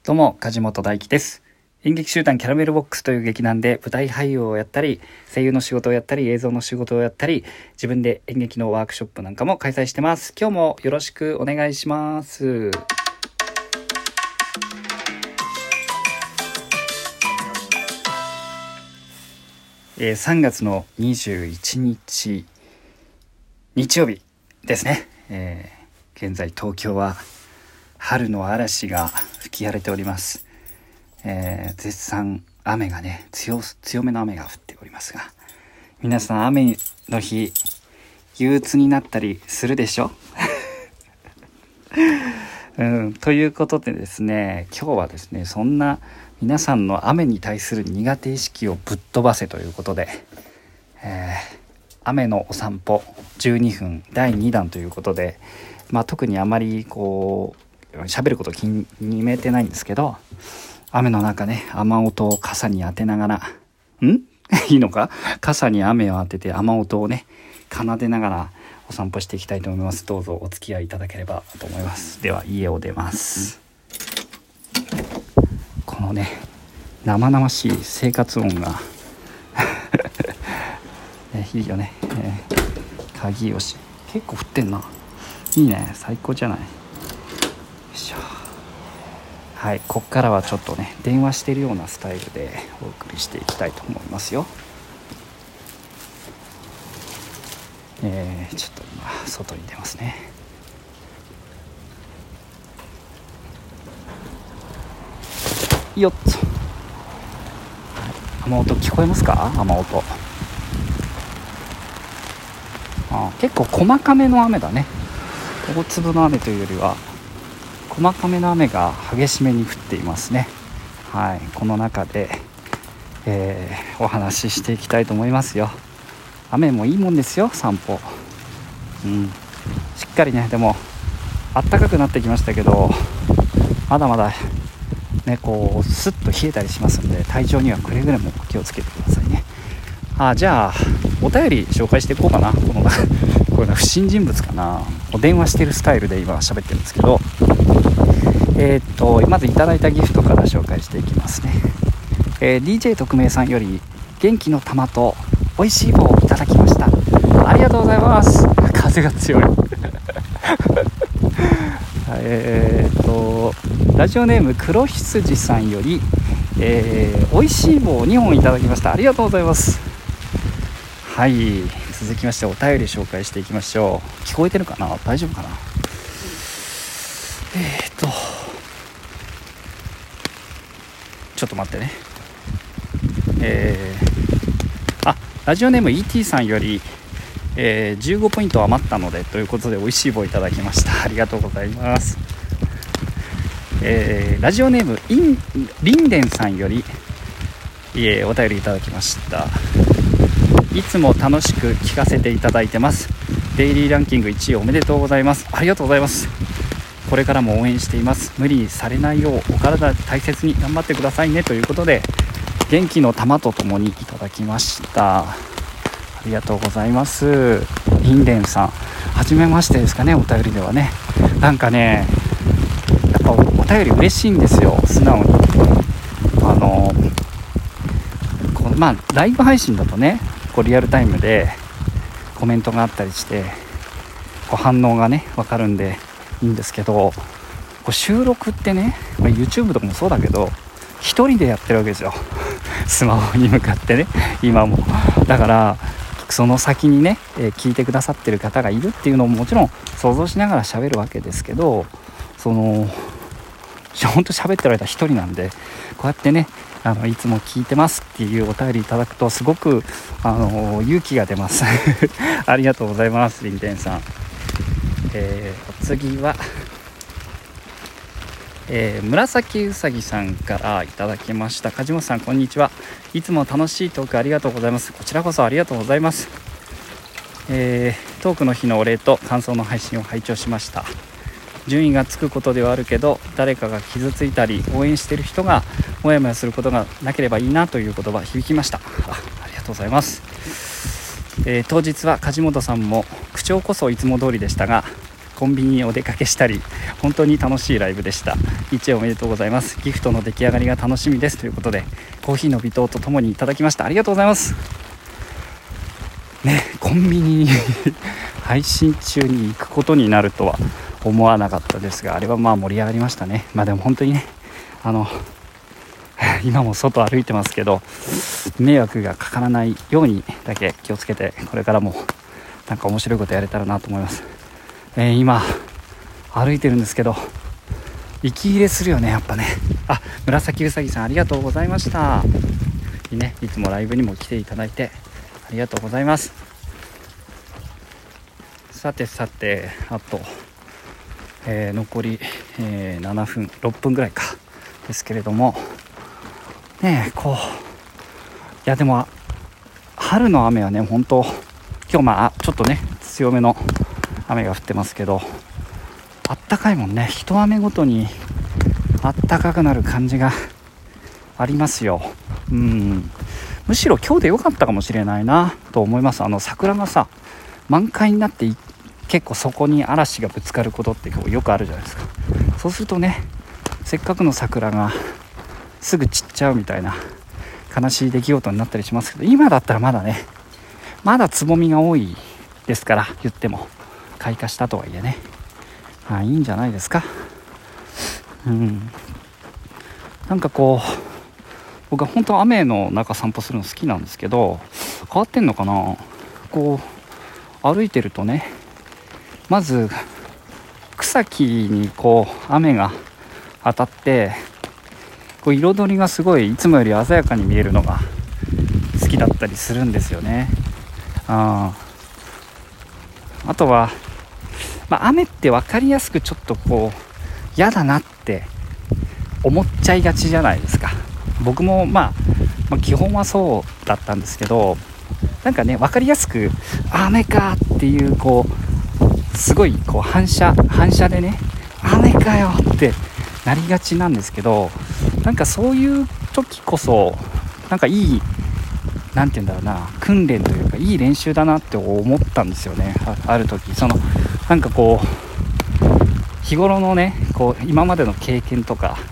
どうも梶本大輝です。演劇集団キャラメルボックスという劇団で舞台俳優をやったり、声優の仕事をやったり、映像の仕事をやったり、自分で演劇のワークショップなんかも開催してます。今日もよろしくお願いします。3月の21日日曜日ですね。現在東京は春の嵐が吹き荒れております。絶賛雨がね強めの雨が降っておりますが、皆さん雨の日憂鬱になったりするでしょということでですね、今日はですねそんな皆さんの雨に対する苦手意識をぶっ飛ばせということで、雨のお散歩12分第2弾ということで、特にあまり喋ること決めてないんですけど、雨の中ね雨音を傘に当てながらいいのか、傘に雨を当てて雨音をね奏でながらお散歩していきたいと思います。どうぞお付き合いいただければと思います。では家を出ます。このね生々しい生活音がいいよね。鍵押し結構降ってんな。いいね、最高じゃない。よいしょ。はい、こっからはちょっとね電話してるようなスタイルでお送りしていきたいと思いますよ。ちょっと今外に出ますね。よっと、雨音聞こえますか？雨音結構細かめの雨だね。大粒の雨というよりは細かめの雨が激しめに降っていますね。はい、この中で、お話ししていきたいと思いますよ。雨もいいもんですよ、散歩。しっかりね、でも暖かくなってきましたけど、まだまだねスッと冷えたりしますので、体調にはくれぐれも気をつけてくださいね。じゃあお便り紹介していこうかな。これ不審人物かな。お電話してるスタイルで今喋ってるんですけど、まずいただいたギフトから紹介していきますね。DJ 特命さんより元気の玉と美味しい棒をいただきました。ありがとうございます。風が強いラジオネーム黒羊さんより、美味しい棒を2本いただきました。ありがとうございます。はい、続きましてお便り紹介していきましょう。聞こえてるかな、大丈夫かな。ちょっと待ってね。ラジオネーム ET さんより、15ポイント余ったのでということで美味しい棒いただきました。ありがとうございます。ラジオネームリンデンさんより、お便りいただきました。いつも楽しく聞かせていただいてます。デイリーランキング1位おめでとうございます。ありがとうございます。これからも応援しています。無理されないようお体大切に頑張ってくださいねということで、元気の玉とともにいただきました。ありがとうございます。リンデンさん、初めましてですかね。お便りではね、なんかねやっぱお便り嬉しいんですよ、素直に。ライブ配信だとねリアルタイムでコメントがあったりして反応がね分かるんでいいんですけど、収録ってね、YouTube とかもそうだけど一人でやってるわけですよスマホに向かってね、今も。だからその先にね、聞いてくださってる方がいるっていうのももちろん想像しながら喋るわけですけど、ほんと喋ってる間一人なんで、こうやってねいつも聞いてますっていうお便りいただくとすごく勇気が出ますありがとうございます、リンテンさん。お次は、紫うさぎさんからいただきました。梶本さんこんにちは。いつも楽しいトークありがとうございます。こちらこそありがとうございます。トークの日のお礼と感想の配信を拝聴しました。順位がつくことではあるけど、誰かが傷ついたり応援している人がもやもやすることがなければいいなという言葉響きました。ありがとうございます。当日は梶本さんも口調こそいつも通りでしたが、 コンビニにお出かけしたり、本当に楽しいライブでした。1位おめでとうございます。ギフトの出来上がりが楽しみですということで、コーヒーの微糖とともにいただきました。ありがとうございますね。コンビニに配信中に行くことになるとは思わなかったですが、あれはまあ盛り上がりましたね。でも本当にね、今も外歩いてますけど、迷惑がかからないようにだけ気をつけて、これからもなんか面白いことやれたらなと思います。今歩いてるんですけど、息切れするよね、やっぱね。紫うさぎさん、ありがとうございました。いつもライブにも来ていただいてありがとうございます。さてあと、残り、7分6分ぐらいかですけれどもね、でも春の雨はね、本当今日ちょっとね強めの雨が降ってますけど、あったかいもんね。一雨ごとにあったかくなる感じがありますよ。むしろ今日で良かったかもしれないなと思います。桜がさ、満開になって結構そこに嵐がぶつかることってよくあるじゃないですか。そうするとね、せっかくの桜がすぐ散っちゃうみたいな悲しい出来事になったりしますけど、今だったらまだね、まだつぼみが多いですから、言っても開花したとはいえね、いいんじゃないですか。なんか僕は本当は雨の中散歩するの好きなんですけど、変わってんのかな。歩いてるとね、まず草木に雨が当たって彩りがすごいいつもより鮮やかに見えるのが好きだったりするんですよね。あとは、雨って分かりやすくちょっと嫌だなって思っちゃいがちじゃないですか。僕も基本はそうだったんですけど、なんかね、分かりやすく雨かっていうすごい反射でね、雨かよってなりがちなんですけど、なんかそういう時こそなんかいい、なんて言うんだろうな、訓練というかいい練習だなって思ったんですよね。ある時なんか日頃のね、今までの経験とか、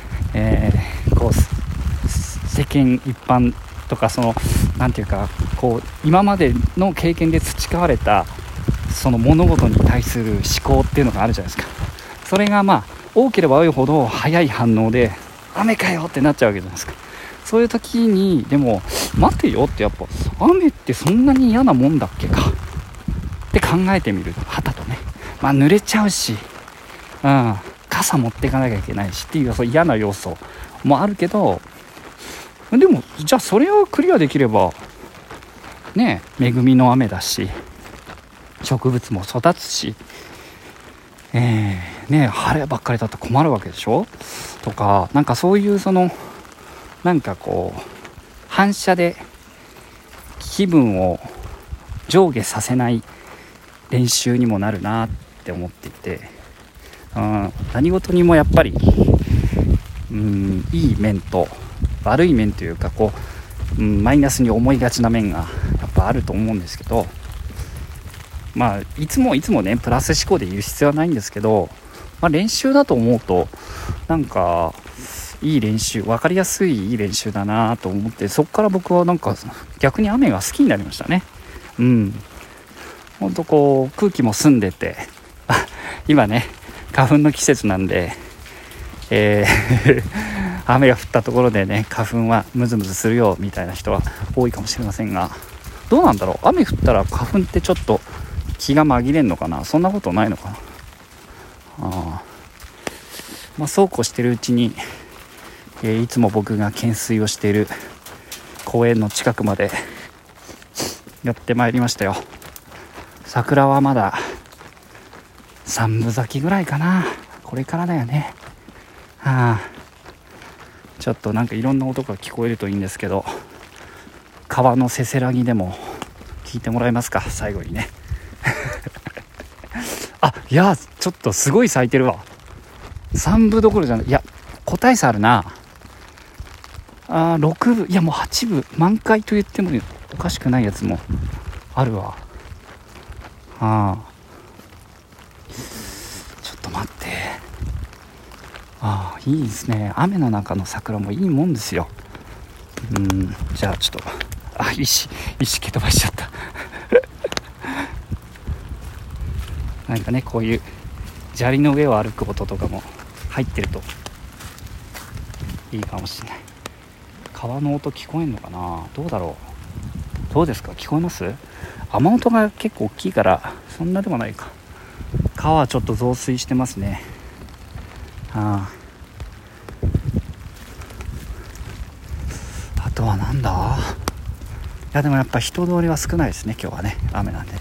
世間一般とか、なんていうか今までの経験で培われたその物事に対する思考っていうのがあるじゃないですか。それが多ければ多いほど早い反応で雨かよってなっちゃうわけじゃないですか。そういう時にでも待てよって、やっぱ雨ってそんなに嫌なもんだっけかって考えてみる。はたとね、濡れちゃうし、傘持っていかなきゃいけないしっていうそう嫌な要素もあるけど、でもじゃあそれをクリアできればね、恵みの雨だし植物も育つし、晴ればっかりだと困るわけでしょとか、なんかそういうなんか反射で気分を上下させない練習にもなるなって思っていて、何事にもやっぱりいい面と悪い面というかマイナスに思いがちな面がやっぱあると思うんですけど、いつもねプラス思考で言う必要はないんですけど、練習だと思うとなんかいい練習、分かりやすいいい練習だなと思って、そこから僕はなんか逆に雨が好きになりましたね。ほんと空気も澄んでて今ね花粉の季節なんで、雨が降ったところでね、花粉はムズムズするよみたいな人は多いかもしれませんが、どうなんだろう。雨降ったら花粉ってちょっと気が紛れんのかな。そんなことないのかな。そうこうしてるうちに、いつも僕が懸垂をしている公園の近くまでやってまいりましたよ。桜はまだ3分咲きぐらいかな。これからだよね。ちょっとなんかいろんな音が聞こえるといいんですけど、川のせせらぎでも聞いてもらえますか、最後にねいやちょっとすごい咲いてるわ。3分どころじゃない、いや個体差あるな。6分、いやもう8分、満開と言ってもおかしくないやつもあるわ。 いいですね。雨の中の桜もいいもんですよ。じゃあちょっと石蹴飛ばしちゃったなんかね、こういう砂利の上を歩く音とかも入ってるといいかもしれない。川の音聞こえんのかな、どうだろう。どうですか、聞こえます？雨音が結構大きいからそんなでもないか。川はちょっと増水してますね。あとはなんだ、いやでもやっぱ人通りは少ないですね、今日はね、雨なんでね。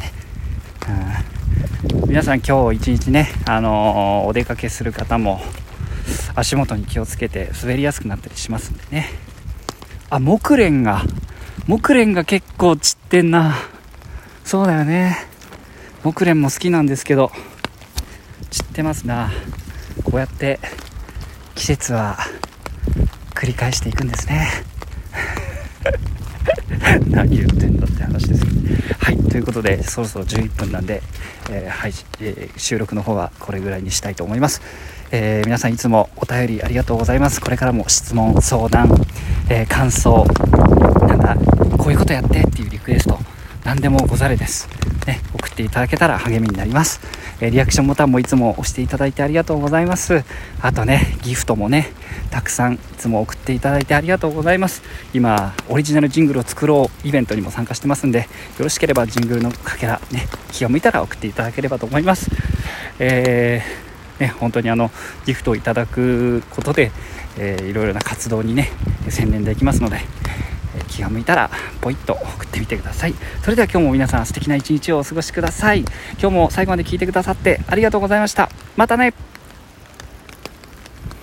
皆さん今日一日ね、お出かけする方も足元に気をつけて滑りやすくなったりしますんでね。木蓮が結構散ってんな。そうだよね、木蓮も好きなんですけど散ってますな。こうやって季節は繰り返していくんですね何言ってんだって話ですけど、はい、ということでそろそろ11分なんで、収録の方はこれぐらいにしたいと思います。皆さんいつもお便りありがとうございます。これからも質問、相談、感想、なんだこういうことやってっていうリクエスト何でもござれです、ね、送っていただけたら励みになります。リアクションボタンもいつも押していただいてありがとうございます。あとね、ギフトもねたくさんいつも送っていただいてありがとうございます。今オリジナルジングルを作ろうイベントにも参加してますんで、よろしければジングルのかけらね、気が向いたら送っていただければと思います。本当にギフトをいただくことで、いろいろな活動にね専念できますので、気が向いたらポイッと送ってみてください。それでは今日も皆さん素敵な一日をお過ごしください。今日も最後まで聞いてくださってありがとうございました。またね。